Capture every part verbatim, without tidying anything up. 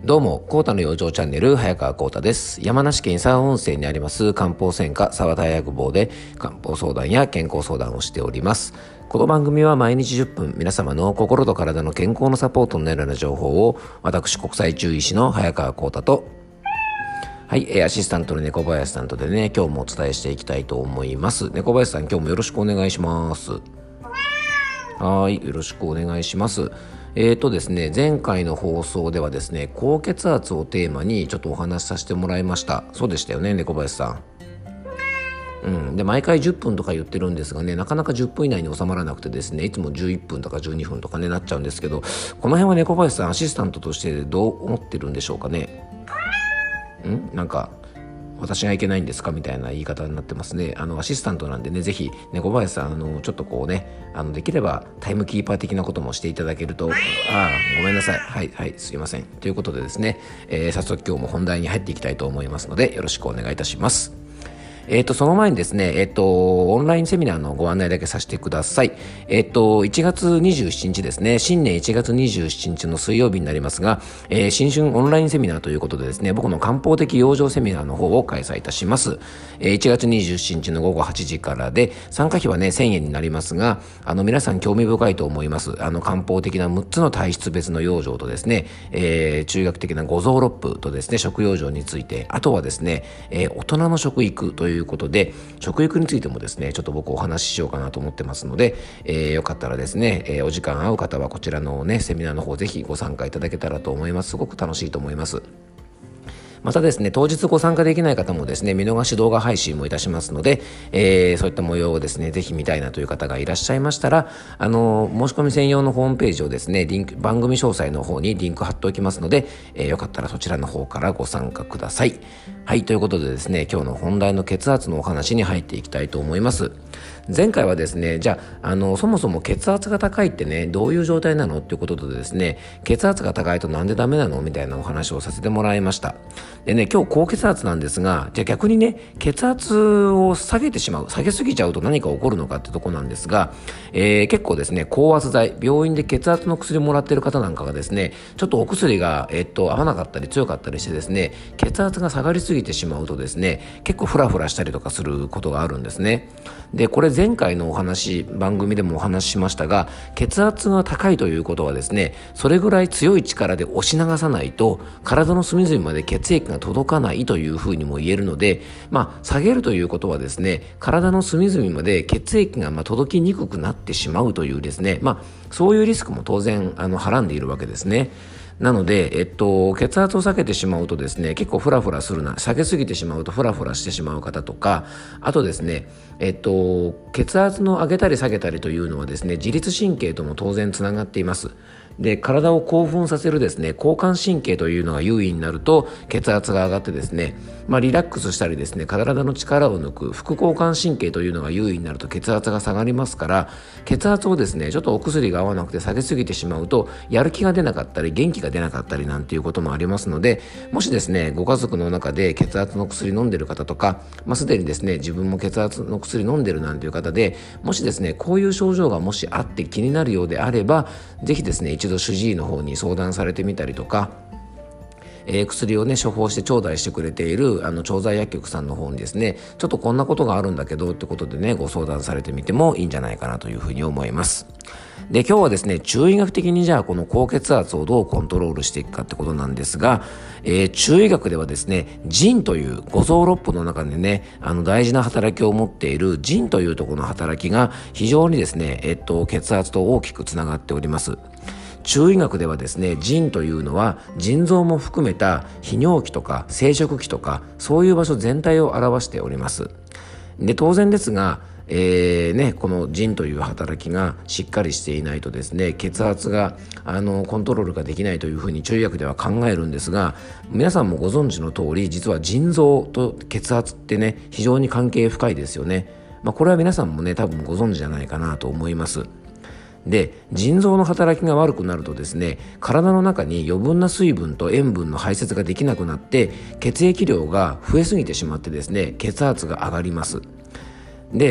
どうも、コータの養生チャンネル、早川コータです。山梨県伊佐温泉にあります漢方専科沢田薬房で漢方相談や健康相談をしております。この番組は毎日じゅっぷん、皆様の心と体の健康のサポートになるような情報を、私、国際中医師の早川コータと、はい、アシスタントの猫林さんとでね、今日もお伝えしていきたいと思います。猫林さん、今日もよろしくお願いします。はい、よろしくお願いします。えーとですね、前回の放送ではですね、高血圧をテーマにちょっとお話しさせてもらいました。そうでしたよね、猫林さん。うん、で毎回じゅっぷんとか言ってるんですがね、なかなかじゅっぷん以内に収まらなくてですね、いつもじゅういっぷんとかじゅうにふんとかねなっちゃうんですけど、この辺は猫林さんアシスタントとしてどう思ってるんでしょうかね。んなんか私がいけないんですかみたいな言い方になってますね。あのアシスタントなんでね、ぜひ猫林さん、あのちょっとこうね、あのできればタイムキーパー的なこともしていただけると、ああごめんなさい、はいはいすいませんということでですね、えー、早速今日も本題に入っていきたいと思いますので、よろしくお願いいたします。えっと、その前にですね、えっと、オンラインセミナーのご案内だけさせてください。えっと、いちがつにじゅうしちにちですね、新年いちがつにじゅうしちにちの水曜日になりますが、えー、新春オンラインセミナーということでですね、僕の漢方的養生セミナーの方を開催いたします。えー、いちがつにじゅうしちにちのごごはちじからで、参加費はね、せんえんになりますが、あの、皆さん興味深いと思います。あの、漢方的なむっつの体質別の養生とですね、えー、中学的な五臓六腑とですね、食養生について、あとはですね、えー、大人の食育というということで、食育についてもですねちょっと僕お話ししようかなと思ってますので、えー、よかったらですね、えー、お時間合う方はこちらのねセミナーの方ぜひご参加いただけたらと思います。すごく楽しいと思います。またですね、当日ご参加できない方もですね、見逃し動画配信もいたしますので、えー、そういった模様をですね、ぜひ見たいなという方がいらっしゃいましたら、あのー、申し込み専用のホームページをですね、リンク、番組詳細の方にリンク貼っておきますので、えー、よかったらそちらの方からご参加ください。はい、ということでですね、今日の本題の血圧のお話に入っていきたいと思います。前回はですね、じゃあ、あの、そもそも血圧が高いってね、どういう状態なのっていうことでですね、血圧が高いとなんでダメなのみたいなお話をさせてもらいました。でね、今日高血圧なんですが、じゃあ逆にね、血圧を下げてしまう、下げすぎちゃうと何か起こるのかってとこなんですが、えー、結構ですね、高圧剤、病院で血圧の薬をもらってる方なんかがですね、ちょっとお薬が、えっと、合わなかったり強かったりしてですね、血圧が下がりすぎてしまうとですね、結構フラフラしたりとかすることがあるんですね。で、これ前回のお話、番組でもお話ししましたが、血圧が高いということはですね、それぐらい強い力で押し流さないと、体の隅々まで血液が届かないというふうにも言えるので、まあ、下げるということはですね、体の隅々まで血液がまあ届きにくくなってしまうというですね、まあ、そういうリスクも当然、あの、はらんでいるわけですね。なので、えっと、血圧を下げてしまうとですね、結構フラフラするな、下げすぎてしまうとフラフラしてしまう方とか、あとですね、えっと、血圧の上げたり下げたりというのはですね、自律神経とも当然つながっています。で、体を興奮させるですね、交感神経というのが優位になると血圧が上がってですね、まあリラックスしたりですね、体の力を抜く副交感神経というのが優位になると血圧が下がりますから、血圧をですね、ちょっとお薬が合わなくて下げすぎてしまうと、やる気が出なかったり元気が出なかったりなんていうこともありますので、もしですね、ご家族の中で血圧の薬飲んでる方とか、まあすでにですね、自分も血圧の薬飲んでるなんていう方で、もしですね、こういう症状がもしあって気になるようであれば、ぜひですね、一度主治医の方に相談されてみたりとか、えー、薬をね処方して頂戴してくれているあの調剤薬局さんの方にですね、ちょっとこんなことがあるんだけどってことでね、ご相談されてみてもいいんじゃないかなというふうに思います。で、今日はですね、中医学的にじゃあこの高血圧をどうコントロールしていくかってことなんですが、えー、中医学ではですね、腎という五臓六腑の中でね、あの大事な働きを持っている腎というところの働きが非常にですね、えっと血圧と大きくつながっております。中医学ではですね、腎というのは腎臓も含めた泌尿器とか生殖器とかそういう場所全体を表しております。で、当然ですが、えーね、この腎という働きがしっかりしていないとですね、血圧があのコントロールができないというふうに中医学では考えるんですが、皆さんもご存知の通り、実は腎臓と血圧ってね、非常に関係深いですよね。まあ、これは皆さんもね、多分ご存知じゃないかなと思います。で、腎臓の働きが悪くなるとですね、体の中に余分な水分と塩分の排泄ができなくなって、血液量が増えすぎてしまってですね、血圧が上がります。で、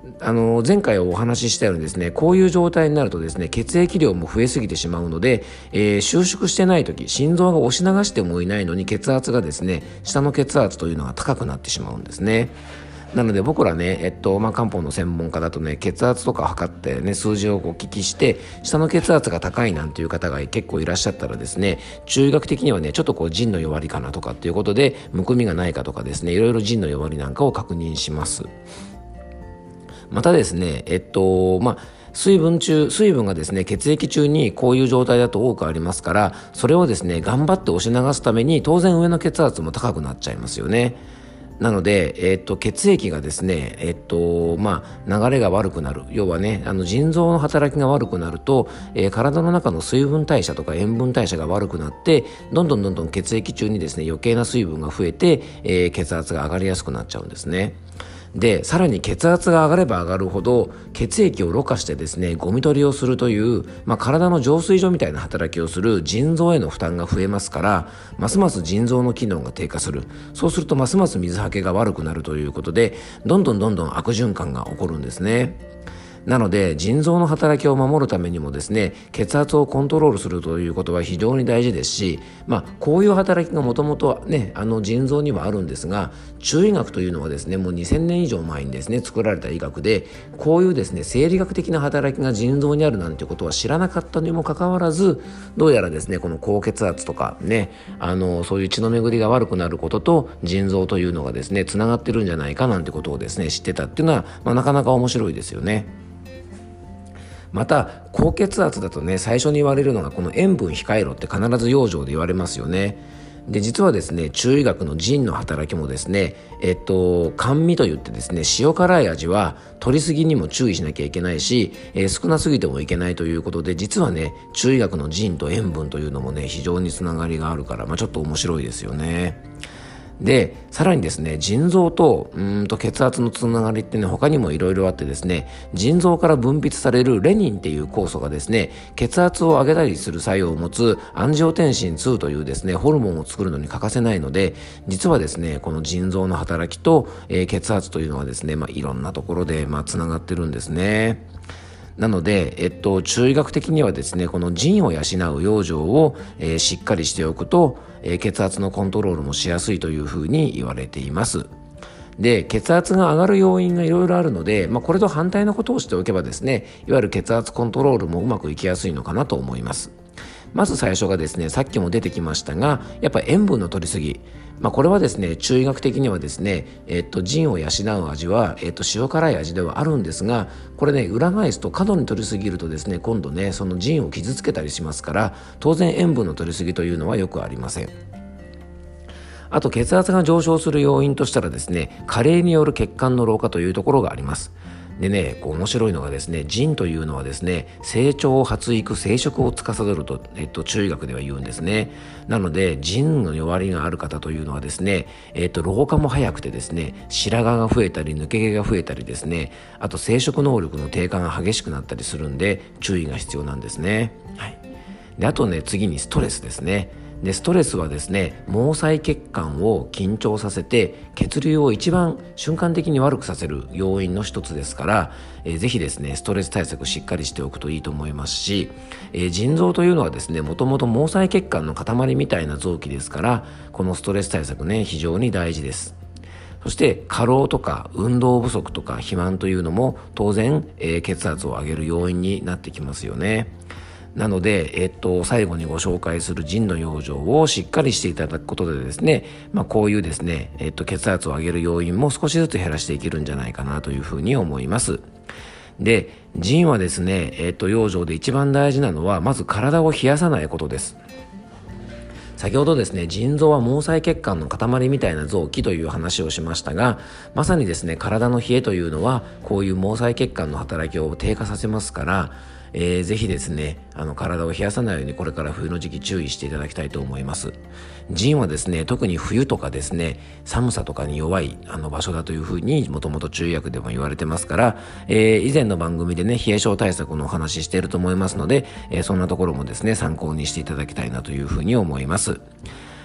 あの前回お話ししたようにですね、こういう状態になるとですね、血液量も増えすぎてしまうので、えー、収縮してない時、心臓が押し流してもいないのに血圧がですね、下の血圧というのが高くなってしまうんですね。なので僕らね、えっとまあ、漢方の専門家だとね、血圧とか測ってね、数字をお聞きして下の血圧が高いなんていう方が結構いらっしゃったらですね、中医学的にはね、ちょっとこう腎の弱りかなとかっていうことで、むくみがないかとかですね、いろいろ腎の弱りなんかを確認します。またですね、えっとまあ水分中水分がですね、血液中にこういう状態だと多くありますから、それをですね、頑張って押し流すために当然上の血圧も高くなっちゃいますよね。なので、えー、と血液がですね、えーとまあ、流れが悪くなる、要はね、あの腎臓の働きが悪くなると、えー、体の中の水分代謝とか塩分代謝が悪くなって、どんどんどんどん血液中にですね、余計な水分が増えて、えー、血圧が上がりやすくなっちゃうんですね。でさらに血圧が上がれば上がるほど、血液をろ過してですね、ゴミ取りをするという、まあ、体の浄水所みたいな働きをする腎臓への負担が増えますから、ますます腎臓の機能が低下する。そうするとますます水はけが悪くなるということで、どんどんどんどん悪循環が起こるんですね。なので腎臓の働きを守るためにもですね、血圧をコントロールするということは非常に大事ですし、まあ、こういう働きがもともとね、あの腎臓にはあるんですが、中医学というのはですね、もうにせんねん以上前にですね、作られた医学で、こういうですね、生理学的な働きが腎臓にあるなんてことは知らなかったにもかかわらず、どうやらですね、この高血圧とかね、あのそういう血の巡りが悪くなることと腎臓というのがですね、つながってるんじゃないかなんてことをですね、知ってたっていうのは、まあ、なかなか面白いですよね。また高血圧だとね、最初に言われるのがこの塩分控えろって必ず養生で言われますよね。で実はですね、中医学の腎の働きもですね、えっと甘味といってですね、塩辛い味は取りすぎにも注意しなきゃいけないし、えー、少なすぎてもいけないということで、実はね、中医学の腎と塩分というのもね、非常につながりがあるから、まあ、ちょっと面白いですよね。でさらにですね、腎臓とうーんと血圧のつながりってね、他にもいろいろあってですね、腎臓から分泌されるレニンっていう酵素がですね、血圧を上げたりする作用を持つアンジオテンシンツーというですね、ホルモンを作るのに欠かせないので、実はですね、この腎臓の働きと、えー、血圧というのはですね、まあ、いろんなところでまあつながってるんですね。なので、えっと、中医学的にはですね、この腎を養う養生を、えー、しっかりしておくと、えー、血圧のコントロールもしやすいというふうに言われています。で血圧が上がる要因がいろいろあるので、まあ、これと反対のことをしておけばですね、いわゆる血圧コントロールもうまくいきやすいのかなと思います。まず最初がですね、さっきも出てきましたが、やっぱり塩分の摂りすぎ、まあ、これはですね、中医学的にはですね、えっと、腎を養う味は、えっと、塩辛い味ではあるんですが、これね、裏返すと過度に摂りすぎるとですね、今度ね、その腎を傷つけたりしますから、当然塩分の摂りすぎというのはよくありません。あと血圧が上昇する要因としたらですね、加齢による血管の老化というところがあります。でね、こう面白いのがですね、腎というのはですね、成長、発育、生殖を司ると、えっと、中医学では言うんですね。なので腎の弱りがある方というのはですね、えっと、老化も早くてですね、白髪が増えたり抜け毛が増えたりですね、あと生殖能力の低下が激しくなったりするんで、注意が必要なんですね。はい。であとね、次にストレスですね。でストレスはですね、毛細血管を緊張させて血流を一番瞬間的に悪くさせる要因の一つですから、えー、ぜひですね、ストレス対策しっかりしておくといいと思いますし、えー、腎臓というのはですね、もともと毛細血管の塊みたいな臓器ですから、このストレス対策ね、非常に大事です。そして過労とか運動不足とか肥満というのも当然、えー、血圧を上げる要因になってきますよね。なので、えっと、最後にご紹介する腎の養生をしっかりしていただくことでですね、まあ、こういうですね、えっと、血圧を上げる要因も少しずつ減らしていけるんじゃないかなというふうに思います。で、腎はですね、えっと、養生で一番大事なのは、まず体を冷やさないことです。先ほどですね、腎臓は毛細血管の塊みたいな臓器という話をしましたが、まさにですね、体の冷えというのはこういう毛細血管の働きを低下させますから、えー、ぜひですね、あの体を冷やさないようにこれから冬の時期注意していただきたいと思います。腎はですね、特に冬とかですね、寒さとかに弱いあの場所だというふうにもともと中医学でも言われてますから、えー、以前の番組でね、冷え症対策のお話ししていると思いますので、えー、そんなところもですね、参考にしていただきたいなというふうに思います。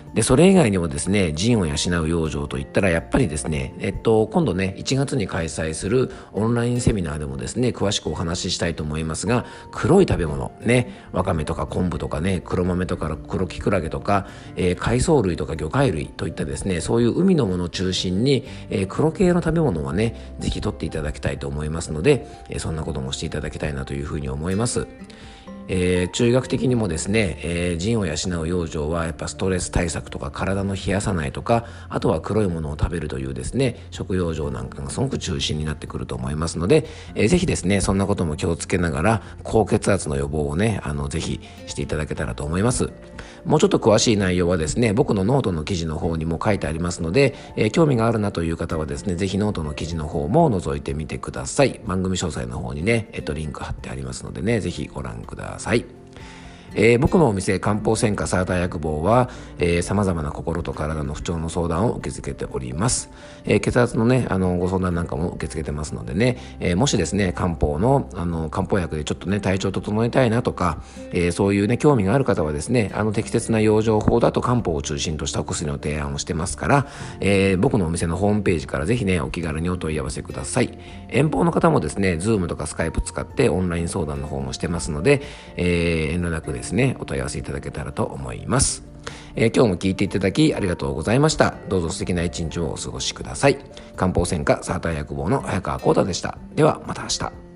で、それ以外にもですね、腎を養う養生といったらやっぱりですね、えっと、今度ね、いちがつに開催するオンラインセミナーでもですね、詳しくお話ししたいと思いますが、黒い食べ物、ね、わかめとか昆布とかね、黒豆とか黒きくらげとか、えー、海藻類とか魚介類といったですね、そういう海のものを中心に、えー、黒系の食べ物はね、ぜひ取っていただきたいと思いますので、えー、そんなこともしていただきたいなというふうに思います。えー、中医学的にもですね、えー、腎を養う養生はやっぱストレス対策とか体の冷やさないとか、あとは黒いものを食べるというですね、食養生なんかがすごく中心になってくると思いますので、えー、ぜひですね、そんなことも気をつけながら高血圧の予防をね、あのぜひしていただけたらと思います。もうちょっと詳しい内容はですね、僕のノートの記事の方にも書いてありますので、えー、興味があるなという方はですね、ぜひノートの記事の方も覗いてみてください。番組詳細の方にね、えっとリンク貼ってありますのでね、ぜひご覧ください。えー、僕のお店漢方専科サーター薬房は、えー、様々な心と体の不調の相談を受け付けております。えー、血圧のね、あのご相談なんかも受け付けてますのでね、えー、もしですね、漢方のあの漢方薬でちょっとね、体調を整えたいなとか、えー、そういうね、興味がある方はですね、あの適切な養生法だと漢方を中心としたお薬の提案をしてますから、えー、僕のお店のホームページからぜひね、お気軽にお問い合わせください。遠方の方もですね、Zoom とか Skype 使ってオンライン相談の方もしてますので、えー、遠慮なくですね、お問い合わせいただけたらと思います。えー、今日も聞いていただきありがとうございました。どうぞ素敵な一日をお過ごしください。漢方専科サーター薬房の早川浩太でした。ではまた明日。